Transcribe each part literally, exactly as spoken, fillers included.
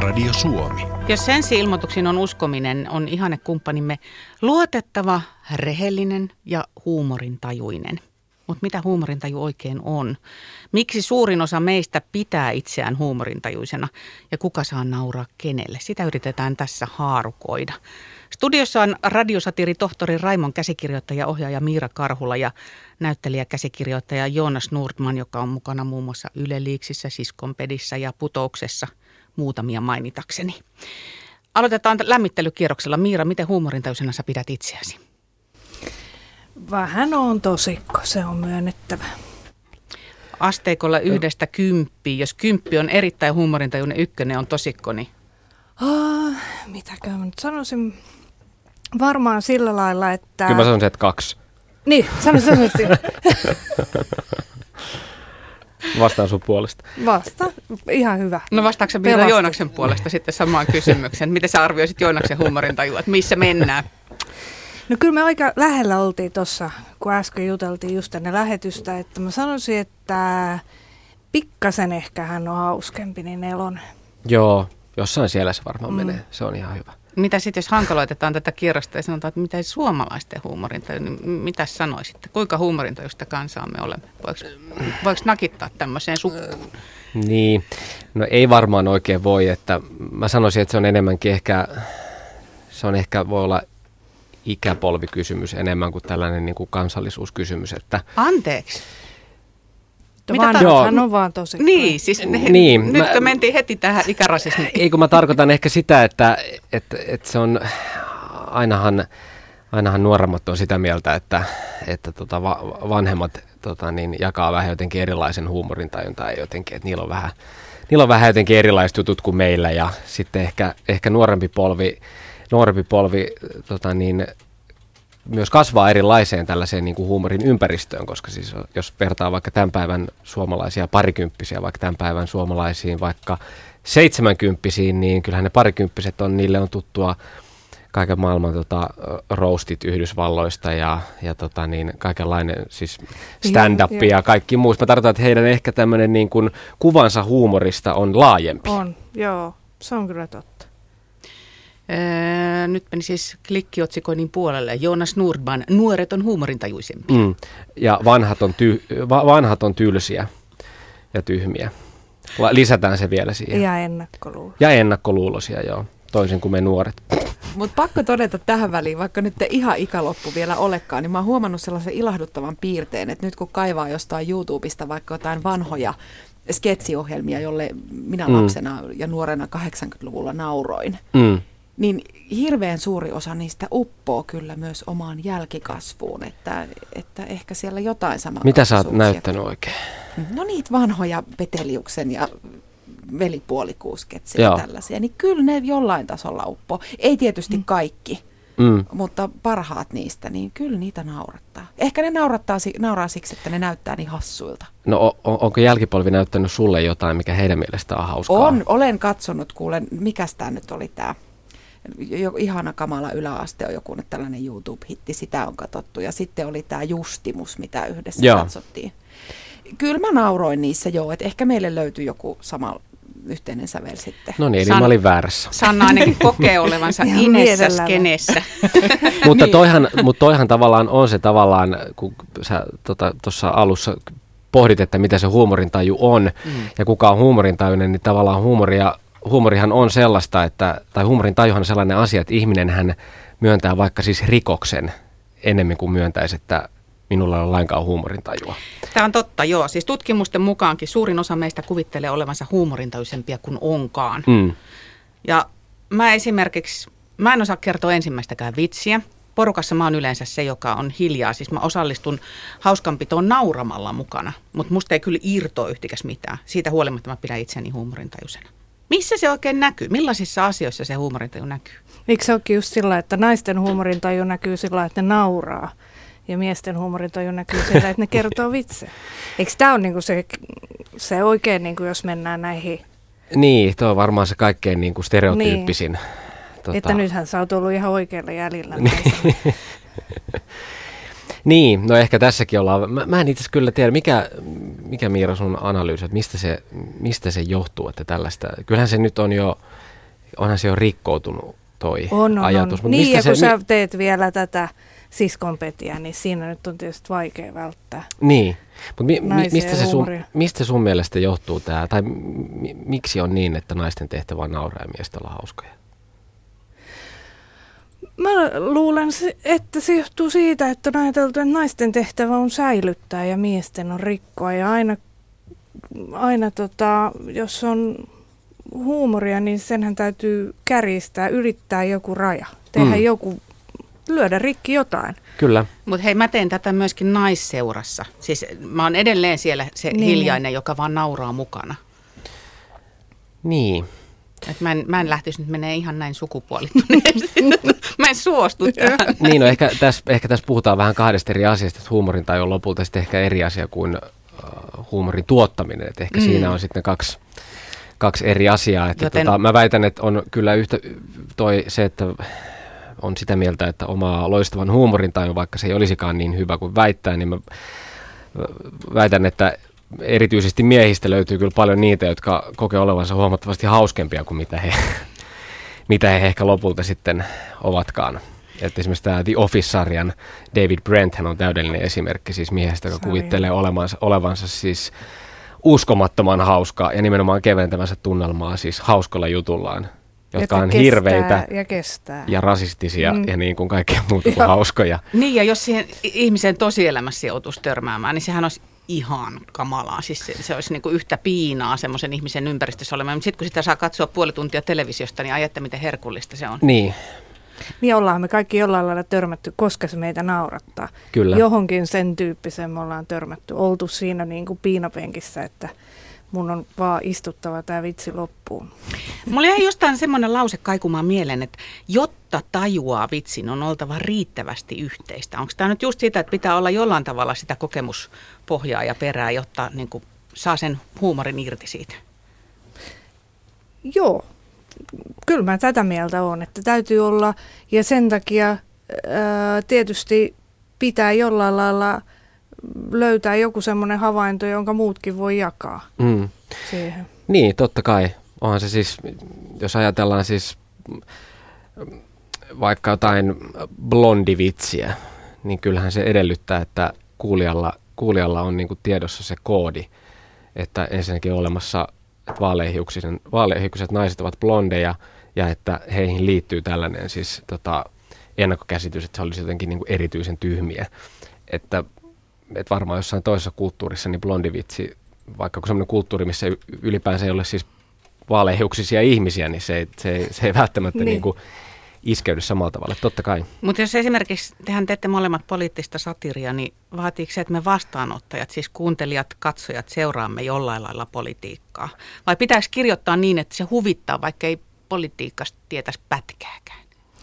Yleisradio Suomi. Jos ensi-ilmoituksiin on uskominen, on ihannekumppanimme luotettava, rehellinen ja huumorintajuinen. Mutta mitä huumorintaju oikein on? Miksi suurin osa meistä pitää itseään huumorintajuisena ja kuka saa nauraa kenelle? Sitä yritetään tässä haarukoida. Studiossa on radiosatiiritohtori Raimon käsikirjoittaja, ohjaaja Miira Karhula ja näyttelijä käsikirjoittaja Joonas Nordman, joka on mukana muun muassa Yle Liiksissä, Siskonpedissä ja Putouksessa, muutamia mainitakseni. Aloitetaan lämmittelykierroksella. Miira, miten huumorintajuisena sä pidät itseäsi? Vähän on tosikko, se on myönnettävä. Asteikolla yhdestä kymppiä. Jos kymppi on erittäin huumorintajuinen, ykkönen on tosikko, niin... Ah, mitäkään mä nyt sanoisin? Varmaan sillä lailla, että... Kyllä mä sanoisin, että kaksi. Niin, sanoisin, sanoisin. Vastaan sun puolesta. Vasta. Ihan hyvä. No vastaatko sä Miira Joonaksen puolesta sitten samaan kysymykseen? Miten sä arvioisit Joonaksen huumorintajua, että missä mennään? No kyllä me aika lähellä oltiin tuossa, kun äsken juteltiin just ennen lähetystä, että mä sanoisin, että pikkasen ehkä hän on hauskempi, niin nelonen. Joo, jossain siellä se varmaan mm. menee. Se on ihan hyvä. Mitä sitten, jos hankaloitetaan tätä kierrosta ja sanotaan, että mitä ei suomalaisten huumorintaju, niin mitä sanoisitte? Kuinka huumorintajuista kansaa me olemme? Voiko, voiko nakittaa tämmöiseen suppuun? Niin, no ei varmaan oikein voi, että mä sanoisin, että se on enemmänkin ehkä, se on ehkä voi olla ikäpolvikysymys enemmän kuin tällainen niin kuin kansallisuuskysymys. Että anteeksi. Vanhathan on vaan tosi. Niin, siis ne, niin, nytkö mä, mentiin heti tähän ikärasismiin? Ei, kun mä tarkoitan ehkä sitä, että, että, että se on, ainahan, ainahan nuoremmat on sitä mieltä, että, että tota vanhemmat tota niin, jakaa vähän jotenkin erilaisen huumorintajun tai jotenkin, että niillä on vähän, niillä on vähän jotenkin erilaiset jutut kuin meillä ja sitten ehkä, ehkä nuorempi polvi, nuorempi polvi tota niin, myös kasvaa erilaiseen tällaiseen niin kuin huumorin ympäristöön, koska siis jos vertaa vaikka tämän päivän suomalaisia parikymppisiä, vaikka tämän päivän suomalaisiin vaikka seitsemänkymppisiin, niin kyllähän ne parikymppiset on, niille on tuttua kaiken maailman tota, roastit Yhdysvalloista ja, ja tota, niin, kaikenlainen siis stand-up ja, ja kaikki muu. Mä tarkoitan, että heidän ehkä tämmöinen niin kuin kuvansa huumorista on laajempi. On, joo, se on kyllä totta. Öö, nyt meni siis klikkiotsikoinnin puolelle. Joonas Nordman, nuoret on huumorintajuisempia. Mm. Ja vanhat on, ty- va- vanhat on tylsiä ja tyhmiä. La- lisätään se vielä siihen. Ja ennakkoluuloisia. Ja ennakkoluuloisia, joo. Toisin kuin me nuoret. Mutta pakko todeta tähän väliin, vaikka nyt ei ihan ikaloppu vielä olekaan, niin mä oon huomannut sellaisen ilahduttavan piirteen, että nyt kun kaivaa jostain YouTubesta vaikka jotain vanhoja sketsiohjelmia, jolle minä mm. lapsena ja nuorena kahdeksankymmentäluvulla nauroin, mm. niin hirveän suuri osa niistä uppoo kyllä myös omaan jälkikasvuun, että, että ehkä siellä jotain samaa. Mitä sä oot näyttänyt oikein? No niitä vanhoja Peteliuksen ja velipuolikuusketsejä ja tällaisia, niin kyllä ne jollain tasolla uppoo. Ei tietysti mm. kaikki, mm. mutta parhaat niistä, niin kyllä niitä naurattaa. Ehkä ne naurattaa, nauraa siksi, että ne näyttää niin hassuilta. No on, onko jälkipolvi näyttänyt sulle jotain, mikä heidän mielestään on hauskaa? On, olen katsonut, kuulen, mikäs tämä nyt oli tämä. Ihana kamala yläaste on joku tällainen YouTube-hitti, sitä on katsottu. Ja sitten oli tämä Justimus, mitä yhdessä Joo. katsottiin. Kyllä mä nauroin niissä joo, että ehkä meille löytyi joku sama yhteinen sävel sitten. No niin, eli San- mä olin väärässä. Sanna ainakin kokee olevansa inessä skenessä. Mutta niin. toihan, mut toihan tavallaan on se tavallaan, kun sä tuossa tota, alussa pohdit, että mitä se huumorintaju on mm. ja kuka on huumorintajuinen, niin tavallaan huumoria Huumorihan on sellaista, että, tai huumorin tajuhan on sellainen asia, että ihminen hän myöntää vaikka siis rikoksen enemmän kuin myöntäisi, että minulla ei ole lainkaan huumorintajua. Tämä on totta, joo. Siis tutkimusten mukaankin suurin osa meistä kuvittelee olevansa huumorintajuisempia kuin onkaan. Mm. Ja mä esimerkiksi, mä en osaa kertoa ensimmäistäkään vitsiä. Porukassa mä oon yleensä se, joka on hiljaa. Siis mä osallistun hauskanpitoon nauramalla mukana, mutta musta ei kyllä irtoa yhtikäs mitään. Siitä huolimatta mä pidän itseäni huumorintajuisena. Missä se oikein näkyy? Millaisissa asioissa se huumorintaju näkyy? Eikö se olekin just sillä, että naisten huumorintaju näkyy sillä, että ne nauraa? Ja miesten huumorintaju näkyy sillä, että ne kertoo vitsejä. Eikö tämä ole niinku se, se oikein, niinku jos mennään näihin? Niin, tuo on varmaan se kaikkein niinku stereotyyppisin. Niin. Tota... Että nythän sä oot ollut ihan oikealla jäljellä. Niin, no ehkä tässäkin ollaan. Mä, mä en itse kyllä tiedä, mikä, mikä Miira sun analyysi, että mistä se, mistä se johtuu, että tällaista. Kyllähän se nyt on jo onhan se jo rikkoutunut toi on, on, ajatus. On. Niin, ja kun se, sä teet vielä tätä siskonpetiä, niin siinä nyt on tietysti vaikea välttää. Niin, mutta mi, mi, mistä, se sun, mistä sun mielestä johtuu tämä, tai mi, miksi on niin, että naisten tehtävä on nauraa ja miesten olla hauskoja? Mä luulen, että se johtuu siitä, että on ajateltu, että naisten tehtävä on säilyttää ja miesten on rikkoa. Ja aina, aina tota, jos on huumoria, niin senhän täytyy kärjistää, ylittää joku raja, tehdä mm. joku, lyödä rikki jotain. Kyllä. Mutta hei, mä teen tätä myöskin naisseurassa. Siis mä oon edelleen siellä se niin. hiljainen, joka vaan nauraa mukana. Niin. Et mä, en, mä en lähtisi nyt menee ihan näin sukupuolittuneesti. Mä en suostu tähän. Niin, no ehkä tässä, ehkä tässä puhutaan vähän kahdesta eri asiasta. Että huumorin tai on lopulta sitten ehkä eri asia kuin uh, huumorin tuottaminen. Et ehkä mm. siinä on sitten kaksi, kaksi eri asiaa. Että Joten... tota, mä väitän, että on kyllä yhtä toi se, että on sitä mieltä, että omaa loistavan huumorin tai vaikka se ei olisikaan niin hyvä kuin väittää, niin mä väitän, että erityisesti miehistä löytyy kyllä paljon niitä, jotka kokee olevansa huomattavasti hauskempia kuin mitä he, mitä he ehkä lopulta sitten ovatkaan. Että esimerkiksi tämä The Office-sarjan David Brent, hän on täydellinen esimerkki siis miehestä, joka kuvittelee olevansa, olevansa siis uskomattoman hauskaa ja nimenomaan keventävänsä tunnelmaa siis hauskalla jutullaan, jotka, jotka on hirveitä ja, kestää. ja rasistisia mm. ja niin kuin kaikkea muuta kuin hauskoja. Niin, ja jos siihen ihmisen tosielämässä joutuisi törmäämään, niin sehän olisi ihan kamalaa. Siis se, se olisi niin kuin yhtä piinaa semmoisen ihmisen ympäristössä olemaan. Mutta sitten kun sitä saa katsoa puoli tuntia televisiosta, niin ajatte, miten herkullista se on. Niin. Niin ollaan me kaikki jollain lailla törmätty, koska se meitä naurattaa. Kyllä. Johonkin sen tyyppiseen me ollaan törmätty. Oltu siinä niin kuin piinapenkissä, että mun on vaan istuttava tämä vitsi loppuun. Mulla jäi jostain semmoinen lause kaikumaan mieleen, että jotta tajuaa vitsin, on oltava riittävästi yhteistä. Onko tämä nyt just sitä, että pitää olla jollain tavalla sitä kokemuspohjaa ja perää, jotta niin kuin saa sen huumorin irti siitä? Joo, kyllä mä tätä mieltä olen, että täytyy olla, ja sen takia ää, tietysti pitää jollain lailla löytää joku semmoinen havainto, jonka muutkin voi jakaa mm. siihen. Niin, totta kai. Onhan se siis, jos ajatellaan siis vaikka jotain blondivitsiä, niin kyllähän se edellyttää, että kuulijalla, kuulijalla on niin kuin tiedossa se koodi, että ensinnäkin on olemassa, että vaaleahiuksiset naiset ovat blondeja ja että heihin liittyy tällainen siis tota, ennakkokäsitys, että se olisi jotenkin niin kuin erityisen tyhmiä. Että että varmaan jossain toisessa kulttuurissa niin blondivitsi, vaikka semmoinen kulttuuri, missä ylipäänsä ei ole siis vaaleahiuksisia ihmisiä, niin se ei, se ei, se ei välttämättä niin. Niin kuin iskeydy samalla tavalla, totta kai. Mutta jos esimerkiksi tehän teette molemmat poliittista satiria, niin vaatiiko se, että me vastaanottajat, siis kuuntelijat, katsojat, seuraamme jollain lailla politiikkaa? Vai pitääkö kirjoittaa niin, että se huvittaa, vaikka ei politiikasta tietäisi pätkääkään?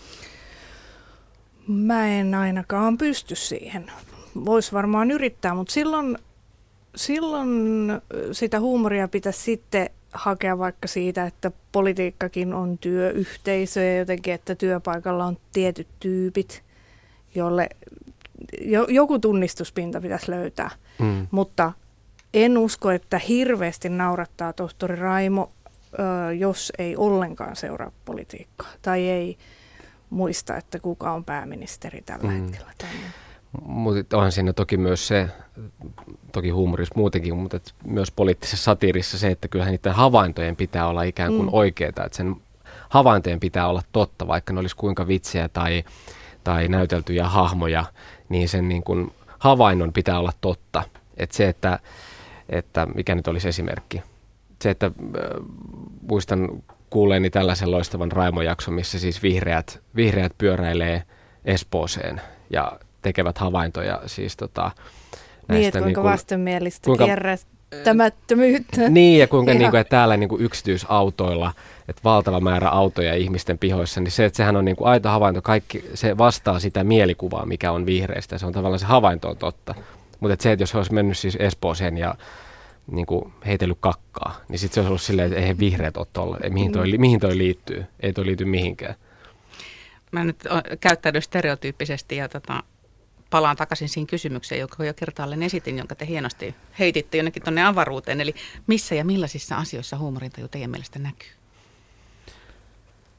Mä en ainakaan pysty siihen. Voisi varmaan yrittää, mutta silloin, silloin sitä huumoria pitäisi sitten hakea vaikka siitä, että politiikkakin on työyhteisö ja jotenkin, että työpaikalla on tietyt tyypit, jolle jo, joku tunnistuspinta pitäisi löytää. Mm. Mutta en usko, että hirveästi naurattaa tohtori Raimo, ö, jos ei ollenkaan seuraa politiikkaa tai ei muista, että kuka on pääministeri tällä mm. hetkellä. Mutta onhan siinä toki myös se, toki huumorissa muutenkin, mutta myös poliittisessa satiirissa se, että kyllähän niiden havaintojen pitää olla ikään kuin mm. oikeita. Että sen havaintojen pitää olla totta, vaikka ne olisi kuinka vitsejä tai, tai näyteltyjä hahmoja, niin sen niin kuin havainnon pitää olla totta. Että se, että, että mikä nyt olisi esimerkki. Se, että äh, muistan kuulleeni tällaisen loistavan Raimo-jakson, missä siis vihreät, vihreät pyöräilee Espooseen ja tekevät havaintoja siis tota näistä niin, että kuinka niin kuin, vastenmielistä kuinka, kierrättämättömyyttä. Niin, ja kuinka niin kuin, että täällä niin kuin yksityisautoilla, että valtava määrä autoja ihmisten pihoissa, niin se, että sehän on niin kuin aito havainto, kaikki, se vastaa sitä mielikuvaa, mikä on vihreistä, se on tavallaan se havainto on totta. Mutta että se, että jos he olisi mennyt siis Espooseen ja niin kuin heitellyt kakkaa, niin sitten se olisi ollut silleen, että eihän vihreät ole tuolla, mihin toi, mihin toi liittyy, ei toi liity mihinkään. Mä nyt käyttäydyn stereotyyppisesti ja tota, palaan takaisin siihen kysymykseen, joka jo kertaalleen esitin, jonka te hienosti heititte jonnekin tuonne avaruuteen. Eli missä ja millaisissa asioissa huumorintaju teidän mielestä näkyy?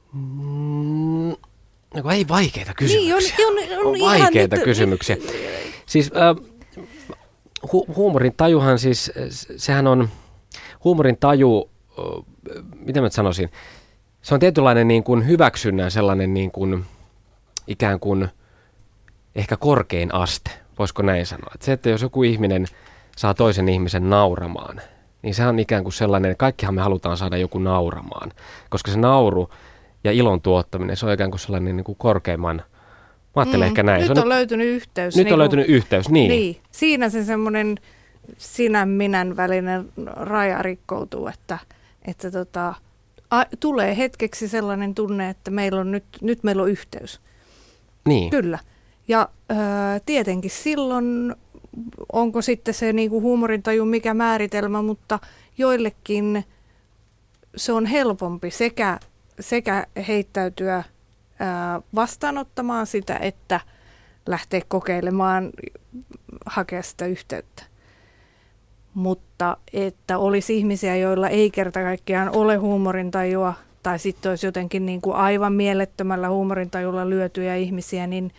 Mm, no, ei vaikeita kysymyksiä. Niin, on, on, on vaikeita niitä kysymyksiä. Siis äh, hu- huumorin tajuhan siis, sehän on, huumorin taju, äh, miten mä sanoisin, se on tietynlainen niin kuin hyväksynnän sellainen niin kuin, ikään kuin ehkä korkein aste, voisiko näin sanoa. Että se, että jos joku ihminen saa toisen ihmisen nauramaan, niin se on ikään kuin sellainen, kaikkihan me halutaan saada joku nauramaan, koska se nauru ja ilon tuottaminen, se on ikään kuin sellainen niin kuin korkeimman, mä ajattelen mm, ehkä näin. Nyt on, on löytynyt yhteys. Nyt niin on löytynyt yhteys, niin. niin. Siinä se semmoinen sinän minän välinen raja rikkoutuu, että, että tota, a, tulee hetkeksi sellainen tunne, että meillä on nyt, nyt meillä on yhteys. Niin. Kyllä. Ja ö, tietenkin silloin, onko sitten se niinku huumorintaju mikä määritelmä, mutta joillekin se on helpompi sekä, sekä heittäytyä ää, vastaanottamaan sitä, että lähteä kokeilemaan, hakea sitä yhteyttä. Mutta että olisi ihmisiä, joilla ei kerta kaikkiaan ole huumorintajua, tai sitten olisi jotenkin niin kuin aivan mielettömällä huumorintajulla lyötyjä ihmisiä, niin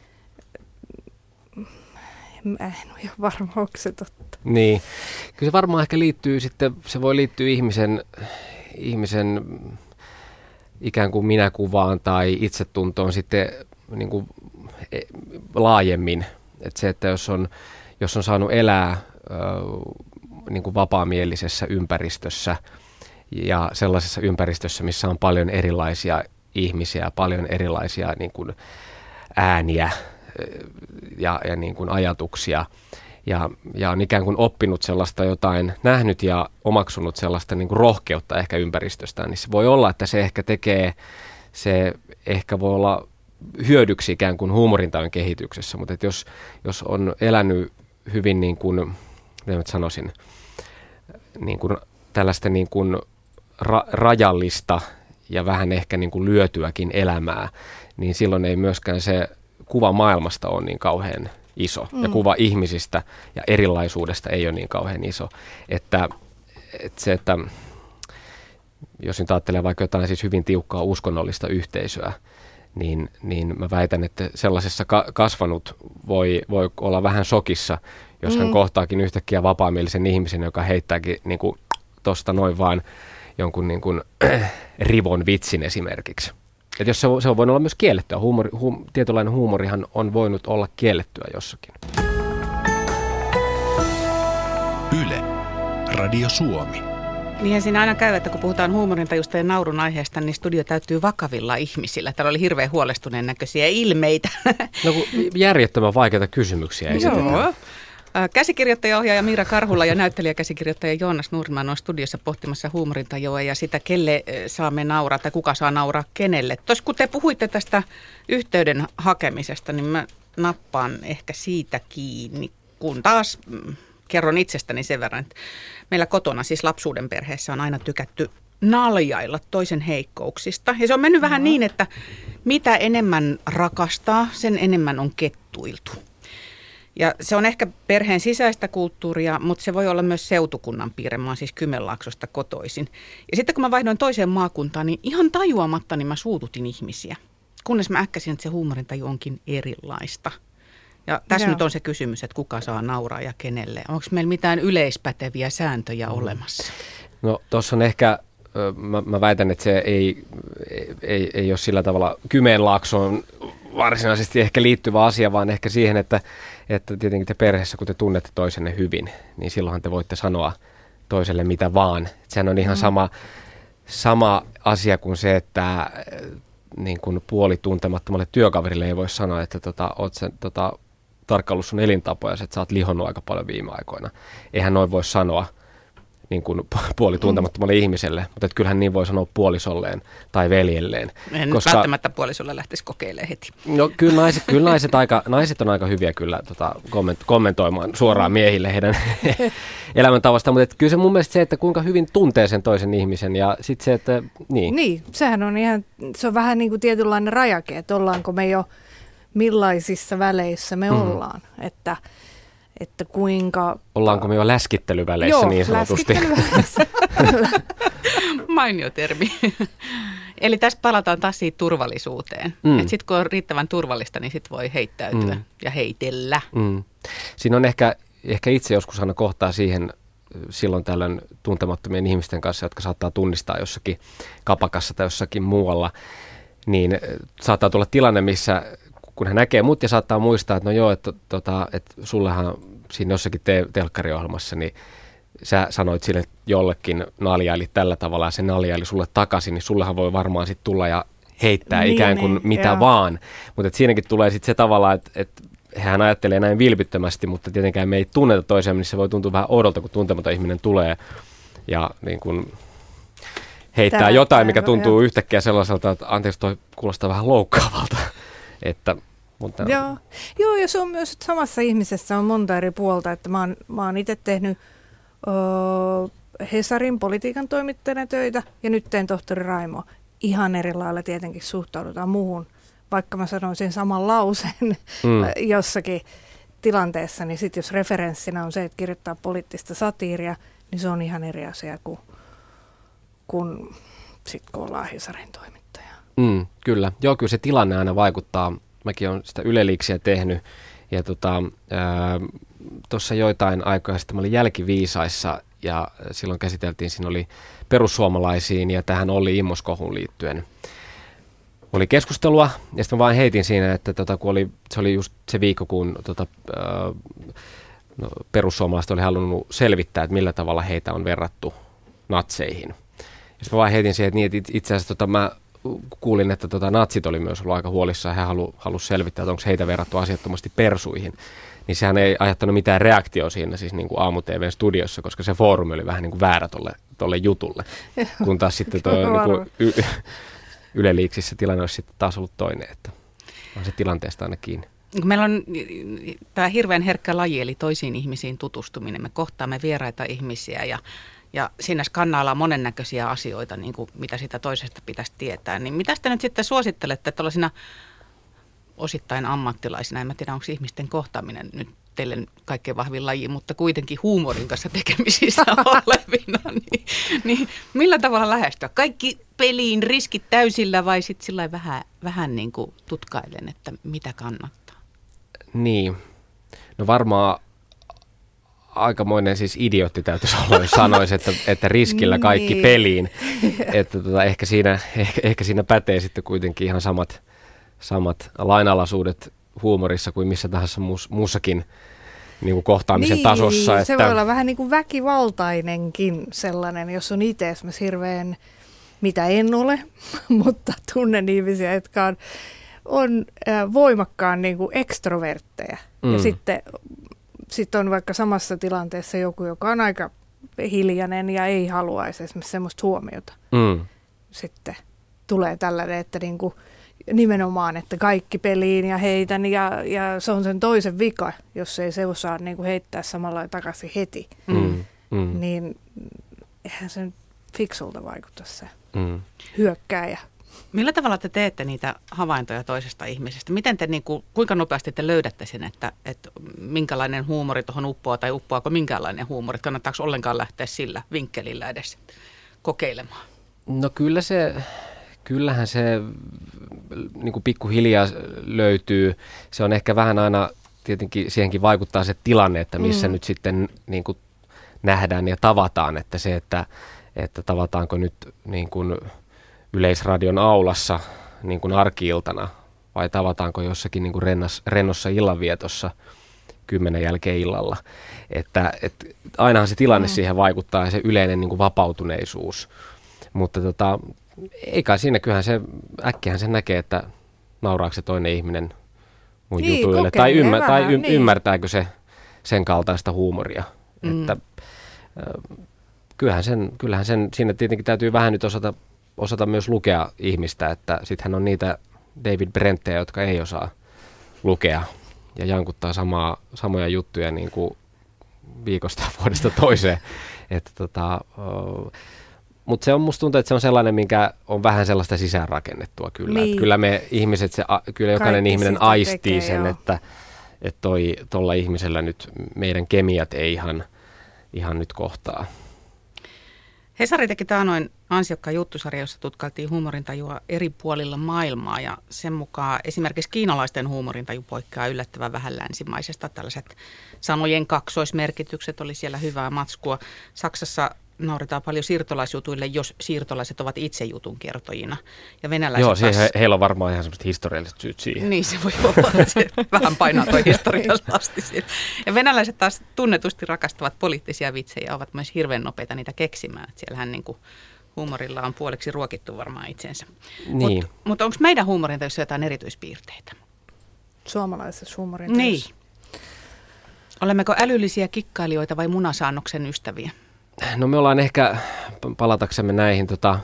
mä en ole ihan varma, onko se totta. Niin. Kyllä se varmaan ehkä liittyy sitten, se voi liittyä ihmisen, ihmisen ikään kuin minäkuvaan tai itsetuntoon sitten niin kuin laajemmin. Että se, että jos on, jos on saanut elää äh, niin kuin vapaamielisessä ympäristössä ja sellaisessa ympäristössä, missä on paljon erilaisia ihmisiä, paljon erilaisia niin kuin ääniä ja, ja niin kuin ajatuksia ja, ja on ikään kuin oppinut sellaista jotain, nähnyt ja omaksunut sellaista niin kuin rohkeutta ehkä ympäristöstään, niin se voi olla, että se ehkä tekee, se ehkä voi olla hyödyksi ikään kuin huumorintajun kehityksessä, mutta että jos, jos on elänyt hyvin niin kuin, miten mä sanoisin, niin kuin tällaista niin kuin ra- rajallista ja vähän ehkä niin kuin lyötyäkin elämää, niin silloin ei myöskään se kuva maailmasta ole niin kauhean iso mm. ja kuva ihmisistä ja erilaisuudesta ei ole niin kauhean iso. Että, että se, että jos nyt ajattelee vaikka jotain siis hyvin tiukkaa uskonnollista yhteisöä, niin, niin mä väitän, että sellaisessa ka- kasvanut voi, voi olla vähän shokissa, jos mm. hän kohtaakin yhtäkkiä vapaamielisen ihmisen, joka heittääkin niin kuin tosta noin vaan jonkun niin kuin rivon vitsin esimerkiksi. Että jos se, se on voinut olla myös kiellettyä, huumori, hum, tietynlainen huumorihan on voinut olla kiellettyä jossakin. Yle, Radio Suomi. Niinhän siinä aina käy, että kun puhutaan huumorintajusta ja naurun aiheesta, niin studio täyttyy vakavilla ihmisillä. Täällä oli hirveän huolestuneen näköisiä ilmeitä. No kun järjettömän vaikeita kysymyksiä esitetään. Käsikirjoittaja-ohjaaja Miira Karhula ja näyttelijäkäsikirjoittaja Joonas Nurman on studiossa pohtimassa huumorintajua ja sitä, kelle saamme nauraa tai kuka saa nauraa kenelle. Tuossa kun te puhuitte tästä yhteyden hakemisesta, niin mä nappaan ehkä siitä kiinni, kun taas kerron itsestäni sen verran, että meillä kotona, siis lapsuuden perheessä, on aina tykätty naljailla toisen heikkouksista. Ja se on mennyt vähän niin, että mitä enemmän rakastaa, sen enemmän on kettuiltu. Ja se on ehkä perheen sisäistä kulttuuria, mutta se voi olla myös seutukunnan piirre. Mä oon siis Kymenlaaksosta kotoisin. Ja sitten kun mä vaihdoin toiseen maakuntaan, niin ihan tajuamatta niin mä suututin ihmisiä. Kunnes mä äkkäsin, että se huumorintaju onkin erilaista. Ja tässä Joo. nyt on se kysymys, että kuka saa nauraa ja kenelle. Onko meillä mitään yleispäteviä sääntöjä mm. olemassa? No tuossa on ehkä, mä, mä väitän, että se ei, ei, ei ole sillä tavalla Kymenlaaksoon varsinaisesti ehkä liittyvä asia, vaan ehkä siihen, että, että tietenkin te perheessä, kun te tunnette toisenne hyvin, niin silloinhan te voitte sanoa toiselle mitä vaan. Sehän on ihan mm. sama, sama asia kuin se, että niin kuin puolituntemattomalle työkaverille ei voi sanoa, että tota, oot sen, tota, tarkkaillut sun elintapoja, että sä oot lihonnut aika paljon viime aikoina. Eihän noin voi sanoa niin kuin puolituntemattomalle mm. ihmiselle, mutta että kyllähän niin voi sanoa puolisolleen tai veljelleen. En koska välttämättä puolisolle lähtisi kokeilemaan heti. No kyllä naiset, kyllä naiset, aika, naiset on aika hyviä kyllä tota, kommentoimaan suoraan miehille heidän elämäntavasta, mutta että kyllä se mun mielestä se, että kuinka hyvin tuntee sen toisen ihmisen ja sitten se, että niin. Niin, sehän on ihan, se on vähän niin kuin tietynlainen rajake, että ollaanko me jo millaisissa väleissä me mm. ollaan, että että kuinka ollaanko me jo läskittelyväleissä Joo, niin sanotusti? Läskittelyväleissä. Mainio termi. Eli tässä palataan taas siitä turvallisuuteen. Mm. Että sitten kun on riittävän turvallista, niin sitten voi heittäytyä mm. ja heitellä. Mm. Siinä on ehkä, ehkä itse joskus aina kohtaa siihen silloin tällöin tuntemattomien ihmisten kanssa, jotka saattaa tunnistaa jossakin kapakassa tai jossakin muualla, niin saattaa tulla tilanne, missä kun hän näkee mut ja saattaa muistaa, että no joo, että, tota, että sullehan siinä jossakin te- telkkariohjelmassa, niin sä sanoit sille jollekin naljailit tällä tavalla ja se naljaili sulle takaisin, niin sullehan voi varmaan sitten tulla ja heittää niin, ikään kuin niin, mitä joo. vaan. Mutta siinäkin tulee sitten se tavalla, että, että hän ajattelee näin vilpittömästi, mutta tietenkään me ei tunneta toisiaan, niin se voi tuntua vähän oudolta, kun tuntematon ihminen tulee ja niin kuin heittää Tämä, jotain, mikä tuntuu jo. yhtäkkiä sellaiselta, että anteeksi, toi kuulostaa vähän loukkaavalta. Että, mutta joo. Joo, ja se on myös, että samassa ihmisessä on monta eri puolta, että mä oon, mä oon itse tehnyt ö, Hesarin politiikan toimittajana töitä ja nyt teen tohtori Raimo. Ihan eri lailla tietenkin suhtaudutaan muuhun, vaikka mä sanoisin saman lauseen mm. jossakin tilanteessa, niin sitten jos referenssinä on se, että kirjoittaa poliittista satiiria, niin se on ihan eri asia kuin, kuin sitten kun ollaan Hesarin toimittaja. Mm, kyllä. Joo, kyllä se tilanne aina vaikuttaa. Mäkin olen sitä yleliiksiä tehnyt ja tota, tuossa joitain aikoja sitten mä olin Jälkiviisaissa ja silloin käsiteltiin, siinä oli perussuomalaisiin ja tähän Olli Immoskohuun liittyen. Oli keskustelua ja sitten mä vaan heitin siinä, että tota, kun oli, se oli just se viikko, kun tota, ää, no, perussuomalaiset oli halunnut selvittää, että millä tavalla heitä on verrattu natseihin. Ja sitten mä vaan heitin siihen, että, niin, että itse asiassa tota, mä kuulin, että tota, natsit oli myös ollut aika huolissaan ja he halu, halusivat selvittää, että onko heitä verrattu asiattomasti persuihin. Niin sehän ei ajattanut mitään reaktioa siinä siis niin kuin aamu T V:n studiossa, koska se foorumi oli vähän niin kuin väärä tolle, tolle jutulle. Kun taas sitten toi, niin kuin y, Yle Liiksissä tilanne olisi sitten taas ollut toinen, että on se tilanteesta aina kiinni. Meillä on tämä hirveän herkkä laji, eli toisiin ihmisiin tutustuminen. Me kohtaamme vieraita ihmisiä ja Ja siinä skannalla on monennäköisiä asioita, niin kuin mitä sitä toisesta pitäisi tietää. Niin mitä te nyt sitten suosittelette tuollaisina osittain ammattilaisina? En mä tiedä, onko ihmisten kohtaaminen nyt teille kaikkein vahvin laji, mutta kuitenkin huumorin kanssa tekemisissä olevina. Niin, niin millä tavalla lähestyä? Kaikki peliin riskit täysillä vai sitten sillä vähän, vähän niin kuin tutkailen, että mitä kannattaa? Niin, no varmaan aikamoinen siis idiootti täytyisi olla, jos sanoisi, että, että riskillä kaikki niin. peliin. Että tota, ehkä, siinä, ehkä, ehkä siinä pätee sitten kuitenkin ihan samat, samat lainalaisuudet huumorissa kuin missä tahansa muus, muussakin niin kuin kohtaamisen niin, tasossa. Että se voi olla vähän niin kuin väkivaltainenkin sellainen, jos on itse esimerkiksi hirveän, mitä en ole, mutta tunnen ihmisiä, jotka on, on äh, voimakkaan niin kuin ekstrovertteja. Mm. Ja sitten Sitten on vaikka samassa tilanteessa joku, joka on aika hiljainen ja ei haluaisi esimerkiksi semmoista huomiota. Mm. Sitten tulee tällainen, että niinku nimenomaan, että kaikki peliin ja heitän ja, ja se on sen toisen vika, jos ei se osaa niinku heittää samalla takaisin heti. Mm. Mm. Niin eihän se fiksulta vaikuta se mm. hyökkääjä. Millä tavalla te teette niitä havaintoja toisesta ihmisestä? Miten te, niin kuin, kuinka nopeasti te löydätte sen, että, että minkälainen huumori tuohon uppoaa tai uppoaako minkälainen huumori? Kannattaako ollenkaan lähteä sillä vinkkelillä edes kokeilemaan? No kyllä se, kyllähän se niin kuin pikkuhiljaa löytyy. Se on ehkä vähän aina, tietenkin siihenkin vaikuttaa se tilanne, että missä mm. nyt sitten niin kuin nähdään ja tavataan. Että se, että, että tavataanko nyt niin kuin Yleisradion aulassa niin kuin arki-iltana vai tavataanko jossakin niin kuin rennas, rennossa illanvietossa kymmenen jälkeen illalla. Että, et, ainahan se tilanne mm. siihen vaikuttaa ja se yleinen niin kuin vapautuneisuus. Mutta tota, eikä siinä, kyllähän se, äkkiähän se näkee, että nauraako se toinen ihminen mun niin, jutuille tai, ymmär, vähän, tai y, niin. ymmärtääkö se sen kaltaista huumoria. Mm. Että, äh, kyllähän, sen, kyllähän sen, siinä tietenkin täytyy vähän nyt osata osata myös lukea ihmistä, että sittenhän on niitä David Brenttejä, jotka ei osaa lukea ja jankuttaa samaa, samoja juttuja niin kuin viikosta vuodesta toiseen. Että tota, mutta se on, musta tuntuu, että se on sellainen, minkä on vähän sellaista sisäänrakennettua kyllä. Niin. Kyllä me ihmiset, se, kyllä jokainen Kaikki ihminen aistii tekee, sen, joo. että että toi, tolla ihmisellä nyt meidän kemiat ei ihan, ihan nyt kohtaa. Hesari teki taanoin ansiokkaan juttusarja, jossa tutkailtiin huumorintajua eri puolilla maailmaa ja sen mukaan esimerkiksi kiinalaisten huumorintaju poikkeaa yllättävän vähän länsimaisesta. Tällaiset sanojen kaksoismerkitykset oli siellä hyvää matskua. Saksassa nauritaan paljon siirtolaisjutuille, jos siirtolaiset ovat itse jutun kertojina. Ja venäläiset Joo, taas... he, heillä on varmaan ihan semmoiset historialliset syyt siihen. Niin, se voi olla, että se vähän painaa toi historian lasti siinä. Ja venäläiset taas tunnetusti rakastavat poliittisia vitsejä, ovat myös hirveän nopeita niitä keksimään. Että siellähän niin kuin huumorilla on puoleksi ruokittu varmaan itsensä. Niin. Mutta mut onko meidän huumorintajussa jotain erityispiirteitä? Suomalaisessa huumorintajussa. Niin. Olemmeko älyllisiä kikkailijoita vai munasaannoksen ystäviä? No me ollaan ehkä, palataksemme näihin tota,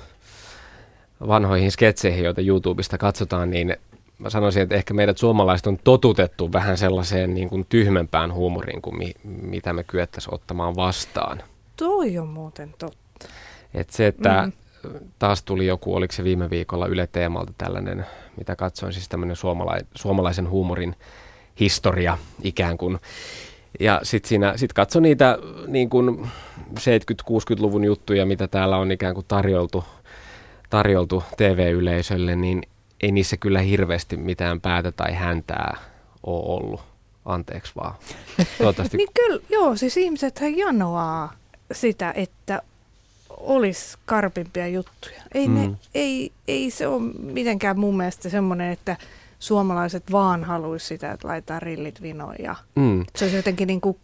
vanhoihin sketseihin, joita YouTubesta katsotaan, niin mä sanoisin, että ehkä meidät suomalaiset on totutettu vähän sellaiseen niin kuin tyhmempään huumoriin kuin mi, mitä me kyettäisiin ottamaan vastaan. Toi on muuten totta. Et se, että Mm. taas tuli joku, oliko se viime viikolla Yle Teemalta tällainen, mitä katsoin, siis tämmöinen suomalai, suomalaisen huumorin historia ikään kuin. Ja sitten siinä sit katso niitä niin kuin seitsemänkymmentä-kuusikymmentäluvun juttuja, mitä täällä on ikään kuin tarjoltu, tarjoltu T V-yleisölle, niin ei niissä kyllä hirveästi mitään päätä tai häntää ole ollut. Anteeksi vaan. Toivottavasti. Niin kyllä, joo, siis ihmisethän janoaa sitä, että olisi karpimpia juttuja. Ei, Mm. ne, ei, ei se ole mitenkään mun mielestä semmoinen, että suomalaiset vaan haluaisi sitä, että laittaa rillit vinoon ja Mm. se olisi jotenkin niin kuin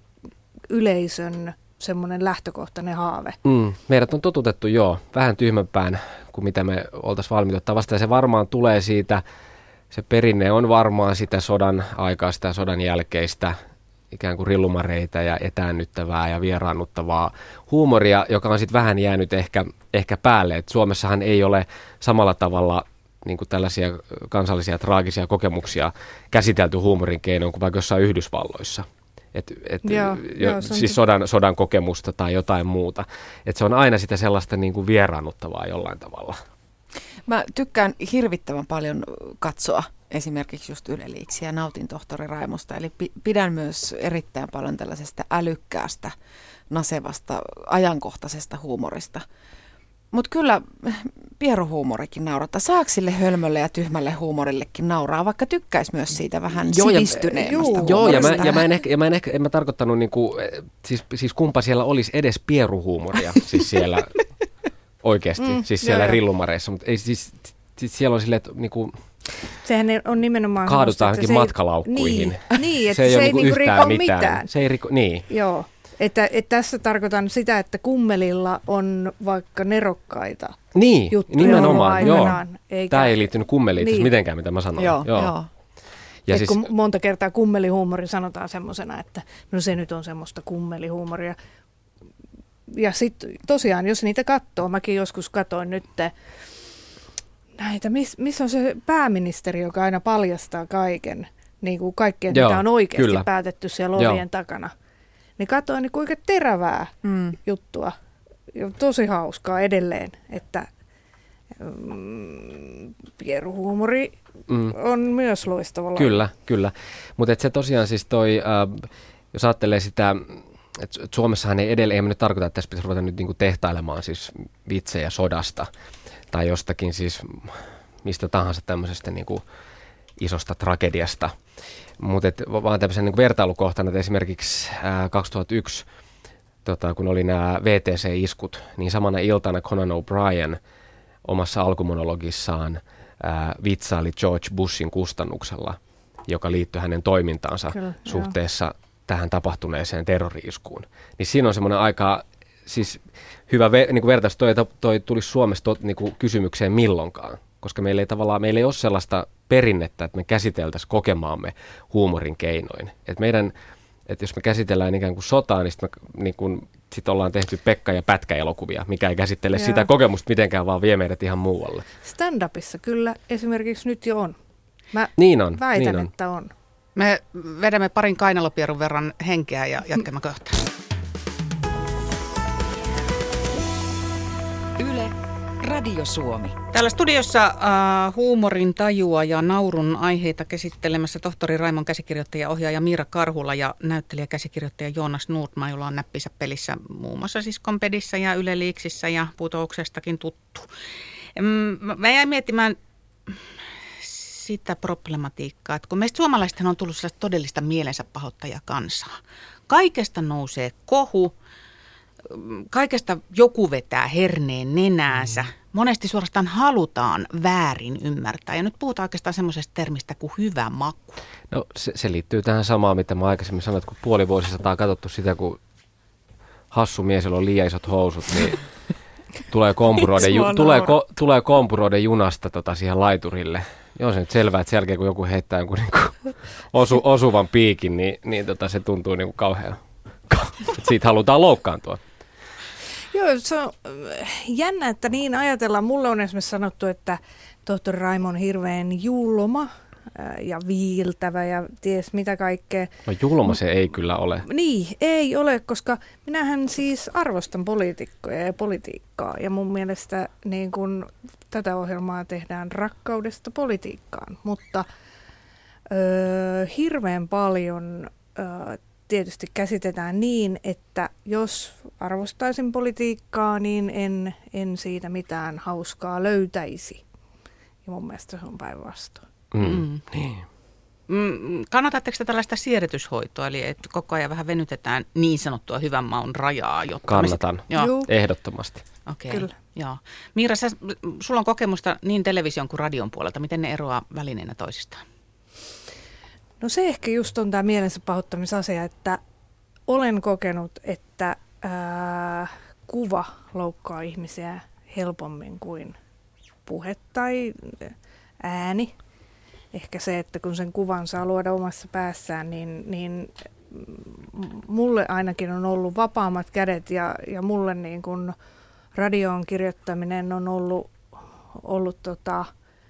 yleisön semmoinen lähtökohtainen haave. Mm. Meidät on totutettu joo, vähän tyhmempään kuin mitä me oltaisiin valmiita ottaa vastaan. Se varmaan tulee siitä, se perinne on varmaan sitä sodan aikaista ja sodan jälkeistä ikään kuin rillumareita ja etäännyttävää ja vieraannuttavaa huumoria, joka on sitten vähän jäänyt ehkä, ehkä päälle. Et Suomessahan ei ole samalla tavalla niin kuin tällaisia kansallisia traagisia kokemuksia käsitelty huumorin keinoin kuin vaikka jossain Yhdysvalloissa. Et, et, Joo, jo, joo, se on siis sodan, sodan kokemusta tai jotain muuta. Et se on aina sitä sellaista niin kuin vieraannuttavaa jollain tavalla. Mä tykkään hirvittävän paljon katsoa esimerkiksi just Yle Leaksiä ja nautin tohtori Raimusta. Eli pi- pidän myös erittäin paljon tällaisesta älykkäästä, nasevasta, ajankohtaisesta huumorista. Mutta kyllä pieruhuumorikin naurattaa. Saako sille hölmölle ja tyhmälle huumorillekin nauraa, vaikka tykkäisi myös siitä vähän Joo, ja- sivistyneemmästä Joo, ja mä, huumorista? ja mä en ehkä, ja mä en ehkä en mä tarkoittanut, niinku, siis, siis kumpa siellä olisi edes pieruhuumoria, siis siellä oikeasti, Mm, siis joo, siellä joo. rillumareissa, mutta ei siis, siis siellä on silleen, että niinku, Sehän on nimenomaan kaadutaan semmoista, johonkin että se ei- matkalaukkuihin. Niin, niin että se ei, se ole ei niinku niinku yhtään riko mitään. mitään. Se ei riko, niin. Joo, että, että tässä tarkoitan sitä, että kummelilla on vaikka nerokkaita Niin, juttuja nimenomaan, ollut joo. aikanaan, eikä- Tämä ei liittynyt kummeliin Niin. mitenkään, mitä mä sanoin. Joo, joo. joo. Ja Et siis, kun monta kertaa kummelihuumori sanotaan semmoisena, että no se nyt on semmoista kummelihuumoria. Ja sitten tosiaan, jos niitä katsoo, mäkin joskus katoin nyt näitä, missä mis on se pääministeri, joka aina paljastaa kaiken, niin kuin kaikkea, Joo, mitä on oikeasti kyllä. päätetty siellä Joo. ovien takana. Niin katsoin niin kuinka terävää Mm. juttua. Ja tosi hauskaa edelleen, että mm, pieruhuumori mm, on myös loistava laji. kyllä, kyllä. Mutta se tosiaan siis toi, äh, jos ajattelee sitä, että Suomessahan ei edelleen, ei me nyt tarkoita, että tässä pitäisi ruveta nyt niinku tehtailemaan siis vitsejä sodasta tai jostakin siis mistä tahansa tämmöisestä niinku isosta tragediasta. Mutta vaan tämmöisen niinku vertailukohtana, että esimerkiksi äh, kaksituhattayksi, tota, kun oli nämä V T C-iskut, niin samana iltana Conan O'Brien omassa alkumonologissaan ää, vitsaili George Bushin kustannuksella, joka liittyi hänen toimintaansa Kyllä, suhteessa joo. tähän tapahtuneeseen terrori-iskuun. Niin siinä on semmoinen aika siis hyvä ve, niin kuin vertaus, toi, toi tulisi Suomessa tot, niin kuin kysymykseen milloinkaan, koska meillä ei tavallaan meillä ei ole sellaista perinnettä, että me käsiteltäisiin kokemaamme huumorin keinoin. Et meidän että jos me käsitellään ikään kuin sotaa, niin sitten niin kuin, sit ollaan tehty Pekka- ja Pätkä-elokuvia, mikä ei käsittele Joo. sitä kokemusta mitenkään, vaan vie meidät ihan muualle. Stand-upissa kyllä esimerkiksi nyt jo on. Mä Niin on, väitän, niin on. että on. Me vedämme parin kainalopierun verran henkeä ja jatkamme kohta. Yle, Radio Suomi. Täällä studiossa äh, huumorin tajua ja naurun aiheita käsittelemässä tohtori Raimon käsikirjoittaja, ohjaaja Miira Karhula ja näyttelijä käsikirjoittaja Joonas Nordman, jolla on näppinsä pelissä muun muassa Siskonpedissä ja Yle Liiksissä ja Putouksestakin tuttu. Mä jäin miettimään sitä problematiikkaa, että kun meistä suomalaisethan on tullut sellaista todellista mielensä pahoittajakansaa. Kaikesta nousee kohu, kaikesta joku vetää herneen nenäänsä. Monesti suorastaan halutaan väärin ymmärtää. Ja nyt puhutaan oikeastaan semmoisesta termistä kuin hyvä maku. No se, se liittyy tähän samaan, mitä mä aikaisemmin sanoin, että kun puoli vuosisataa on katsottu sitä, kun hassu mies, jolla on liian isot housut, niin tulee kompuroiden, ju, tulee, ko, tulee kompuroiden junasta tota siihen laiturille. Joo, se nyt selvää, että sen jälkeen kun joku heittää jonkun niin osu, osuvan piikin, niin, niin tota, se tuntuu niin kuin kauhean. Siitä halutaan loukkaantua. Joo, se on jännä, että niin ajatellaan. Mulle on esimerkiksi sanottu, että tohtori Raimo on hirveän julma ja viiltävä ja ties mitä kaikkea. No julma se ei kyllä ole. Niin, ei ole, koska minähän siis arvostan poliitikkoja ja politiikkaa. Ja mun mielestä niin kun tätä ohjelmaa tehdään rakkaudesta politiikkaan. Mutta öö, hirveän paljon öö, tietysti käsitetään niin, että jos arvostaisin politiikkaa, niin en, en siitä mitään hauskaa löytäisi. Ja mun mielestä se on päinvastoin. Mm. Mm. Niin. Mm, kannatatteko te tällaista siirrytyshoitoa, eli että koko ajan vähän venytetään niin sanottua hyvän maun rajaa? Jotta Kannatan, sit, joo. Ehdottomasti. Okei, okay. Joo. Miira, sä, sulla on kokemusta niin television kuin radion puolelta. Miten ne eroaa välineenä toisistaan? No se ehkä just on tämä mielensä pahoittamisasia, että olen kokenut, että ää, kuva loukkaa ihmisiä helpommin kuin puhe tai ääni. Ehkä se, että kun sen kuvan saa luoda omassa päässään, niin, niin mulle ainakin on ollut vapaammat kädet ja, ja mulle niin kun radioon kirjoittaminen on ollut, ollut tota,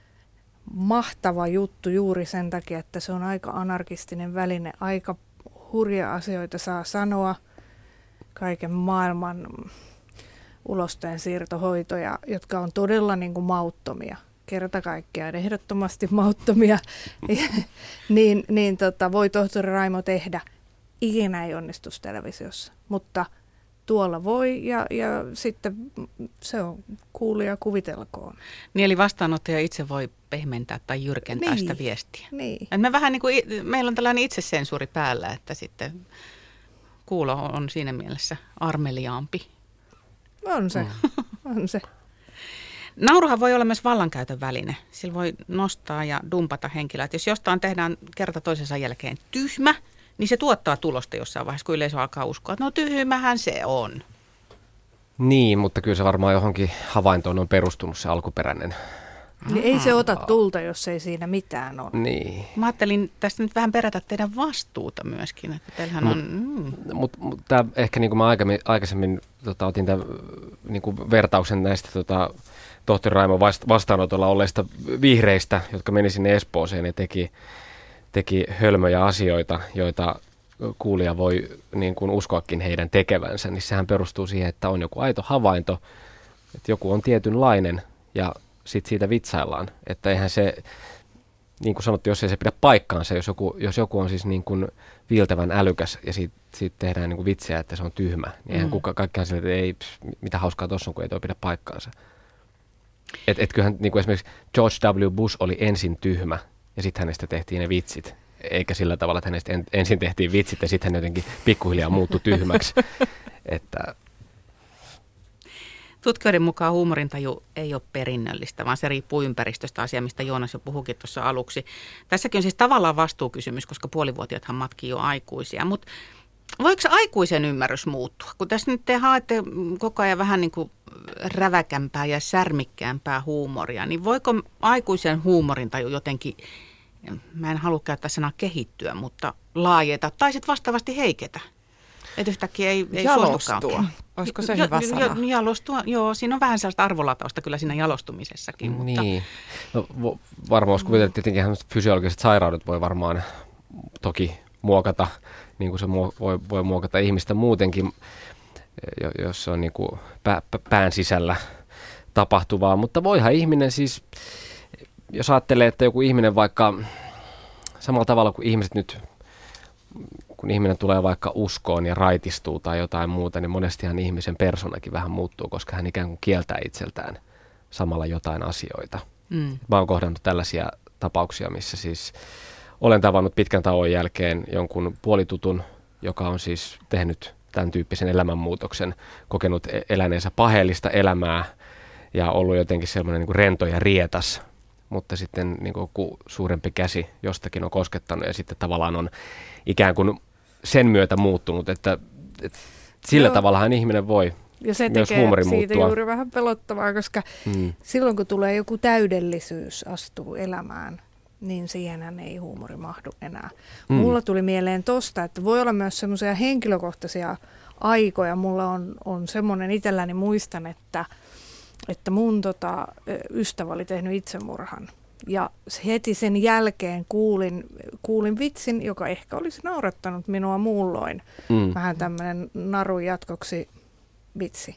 mahtava juttu juuri sen takia, että se on aika anarkistinen väline. Aika hurja asioita saa sanoa, kaiken maailman ulosteen siirtohoitoja, jotka on todella niin kuin mauttomia. Kerta kaikkiaan ehdottomasti mauttomia, niin, niin tota, voi tohtori Raimo tehdä. Ikinä ei onnistu televisiossa, mutta tuolla voi ja, ja sitten se on kuulija kuvitelkoon. Niin eli vastaanottaja itse voi pehmentää tai jyrkentää niin, sitä viestiä. Niin. Me vähän niin kuin, meillä on tällainen itsesensuuri päällä, että sitten kuulo on siinä mielessä armeliaampi. On se, mm. on se. Nauruhan voi olla myös vallankäytön väline. Sillä voi nostaa ja dumpata henkilöä. Että jos jostain tehdään kerta toisensa jälkeen tyhmä, niin se tuottaa tulosta jossain vaiheessa, kun yleisö alkaa uskoa, että no tyhmähän se on. Niin, mutta kyllä se varmaan johonkin havaintoon on perustunut se alkuperäinen. Niin ei se ota tulta, jos ei siinä mitään ole. Niin. Mä ajattelin tästä nyt vähän perätä teidän vastuuta myöskin, että teillähän mut, on... Mm. Mutta mut, tämä ehkä niin kuin mä aikaisemmin, aikaisemmin tota, otin tämän niin kuin vertauksen näistä tota, tohtori Raimon vastaanotolla olleista vihreistä, jotka meni sinne Espooseen ja teki, teki hölmöjä asioita, joita kuulija voi niin kuin uskoakin heidän tekevänsä, niin sehän perustuu siihen, että on joku aito havainto, että joku on tietynlainen ja sitten siitä vitsaillaan, että eihän se, niin kuin sanottu, jos ei se pidä paikkaansa, jos joku, jos joku on siis niin kuin viiltävän älykäs ja siitä, siitä tehdään niin kuin vitsiä, että se on tyhmä, niin eihän mm. kukaan kaikkiaan sille, että ei, pss, mitä hauskaa tuossa on, kun ei toi pidä paikkaansa. Että et kyllähän niin kuin esimerkiksi George W. Bush oli ensin tyhmä ja sitten hänestä tehtiin ne vitsit, eikä sillä tavalla, että hänestä en, ensin tehtiin vitsit ja sitten hän jotenkin pikkuhiljaa muuttui tyhmäksi, että... Tutkijoiden mukaan huumorintaju ei ole perinnöllistä, vaan se riippuu ympäristöstä, asia, mistä Joonas jo puhukin tuossa aluksi. Tässäkin on siis tavallaan vastuukysymys, koska puolivuotiaathan matkii jo aikuisia, mutta voiko se aikuisen ymmärrys muuttua? Kun tässä nyt te haette koko ajan vähän niin kuin räväkämpää ja särmikkäämpää huumoria, niin voiko aikuisen huumorintaju jotenkin, mä en halua käyttää sanaa kehittyä, mutta laajeta tai sitten vastaavasti heiketä? Että yhtäkkiä ei, ei jalostua. Olisiko se hyvä sana? Jo, jalostua, joo, siinä on vähän sellaista arvolatausta kyllä siinä jalostumisessakin. Mutta... Niin, no, varmaan jos kuvitellaan, tietenkin fysiologiset sairaudet voi varmaan toki muokata, niin kuin se voi, voi muokata ihmistä muutenkin, jos se on niin kuin pää, pään sisällä tapahtuvaa, mutta voihan ihminen siis, jos ajattelee, että joku ihminen vaikka samalla tavalla kuin ihmiset nyt, kun ihminen tulee vaikka uskoon ja raitistuu tai jotain muuta, niin monestihan ihmisen persoonakin vähän muuttuu, koska hän ikään kuin kieltää itseltään samalla jotain asioita. Mm. Mä oon kohdannut tällaisia tapauksia, missä siis olen tavannut pitkän tauon jälkeen jonkun puolitutun, joka on siis tehnyt tämän tyyppisen elämänmuutoksen, kokenut eläneensä paheellista elämää ja ollut jotenkin sellainen niin kuin rento ja rietas, mutta sitten niin kuin suurempi käsi jostakin on koskettanut ja sitten tavallaan on ikään kuin sen myötä muuttunut, että, että sillä Joo. tavallahan ihminen voi ja se myös tekee huumori siitä muuttua. Juuri vähän pelottavaa, koska mm. silloin kun tulee joku täydellisyys astuu elämään, niin siihenhän ei huumori mahdu enää. Mm. Mulla tuli mieleen tosta, että voi olla myös semmoisia henkilökohtaisia aikoja. Mulla on, on semmoinen itselläni, muistan, että, että mun tota, ystävä oli tehnyt itsemurhan. Ja heti sen jälkeen kuulin, kuulin vitsin, joka ehkä olisi naurattanut minua muulloin. Mm. Vähän tämmöinen narun jatkoksi vitsi.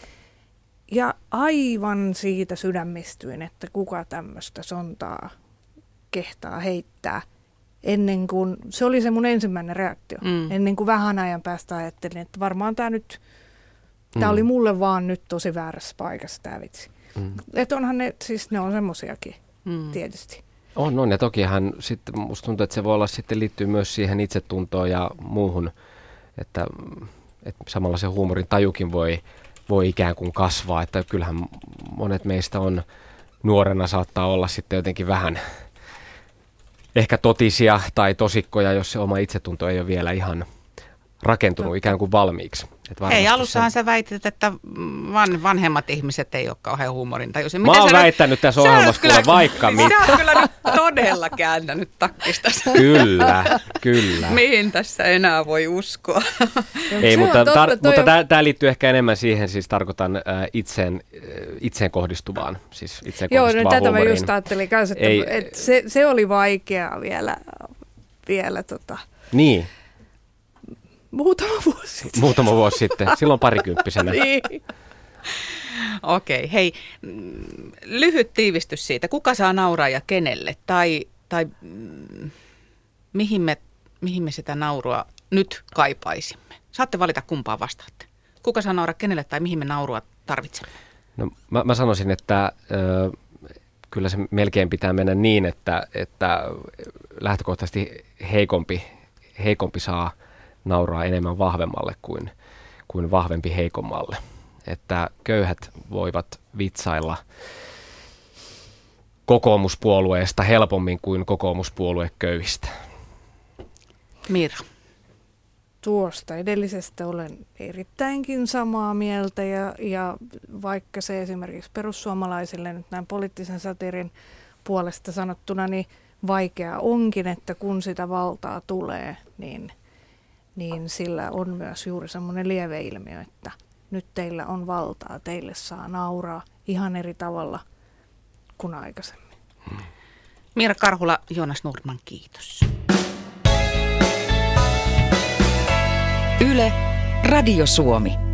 Ja aivan siitä sydämistyin, että kuka tämmöistä sontaa kehtaa heittää, ennen kuin, se oli se mun ensimmäinen reaktio, mm. ennen kuin vähän ajan päästä ajattelin, että varmaan tämä nyt, tämä mm. oli mulle vaan nyt tosi väärässä paikassa tämä vitsi. Mm. Että onhan ne, siis ne on semmosiakin mm. tietysti. On, on ja tokihan sitten musta tuntuu, että se voi olla sitten liittyy myös siihen itsetuntoon ja muuhun, että, että samalla se huumorin tajukin voi, voi ikään kuin kasvaa, että kyllähän monet meistä on nuorena saattaa olla sitten jotenkin vähän ehkä totisia tai tosikkoja, jos se oma itsetunto ei ole vielä ihan rakentunut Totta. ikään kuin valmiiksi. Ei, alussahan sen... sä väitit, että van, vanhemmat ihmiset ei ole kauhean huumorintajuisia. Mä oon väittänyt tässä ohjelmassa kyllä, vaikka mitä. Sä oot kyllä nyt todella kääntänyt takkista. Kyllä, kyllä. Mihin tässä enää voi uskoa? Ei, mutta, tar- mutta on... tämä liittyy ehkä enemmän siihen, siis tarkoitan äh, itseen, äh, itseen kohdistuvaan, siis itseen Joo, kohdistuvaan no, tätä huumoriin. mä just ajattelin kanssa, että, ei, että se, se oli vaikeaa vielä, vielä tota... Niin. Muutama vuosi sitten. Muutama vuosi sitten, silloin parikymppisenä. Niin. Okei, okay, hei, lyhyt tiivistys siitä. Kuka saa nauraa ja kenelle? Tai, tai mm, mihin, me, mihin me sitä naurua nyt kaipaisimme? Saatte valita, kumpaan vastaatte. Kuka saa nauraa kenelle tai mihin me naurua tarvitsemme? No, mä, mä sanoisin, että ö, kyllä se melkein pitää mennä niin, että, että lähtökohtaisesti heikompi, heikompi saa nauraa enemmän vahvemmalle kuin, kuin vahvempi heikommalle. Että köyhät voivat vitsailla kokoomuspuolueesta helpommin kuin kokoomuspuolue köyhistä. Mira. Tuosta edellisestä olen erittäinkin samaa mieltä ja, ja vaikka se esimerkiksi perussuomalaisille nyt näin poliittisen satiirin puolesta sanottuna, niin vaikeaa onkin, että kun sitä valtaa tulee, niin niin sillä on myös juuri semmoinen lieveilmiö, että nyt teillä on valtaa, teille saa nauraa ihan eri tavalla kuin aikaisemmin. Mira Karhula, Joonas Nordman, kiitos. Yle, Radio Suomi.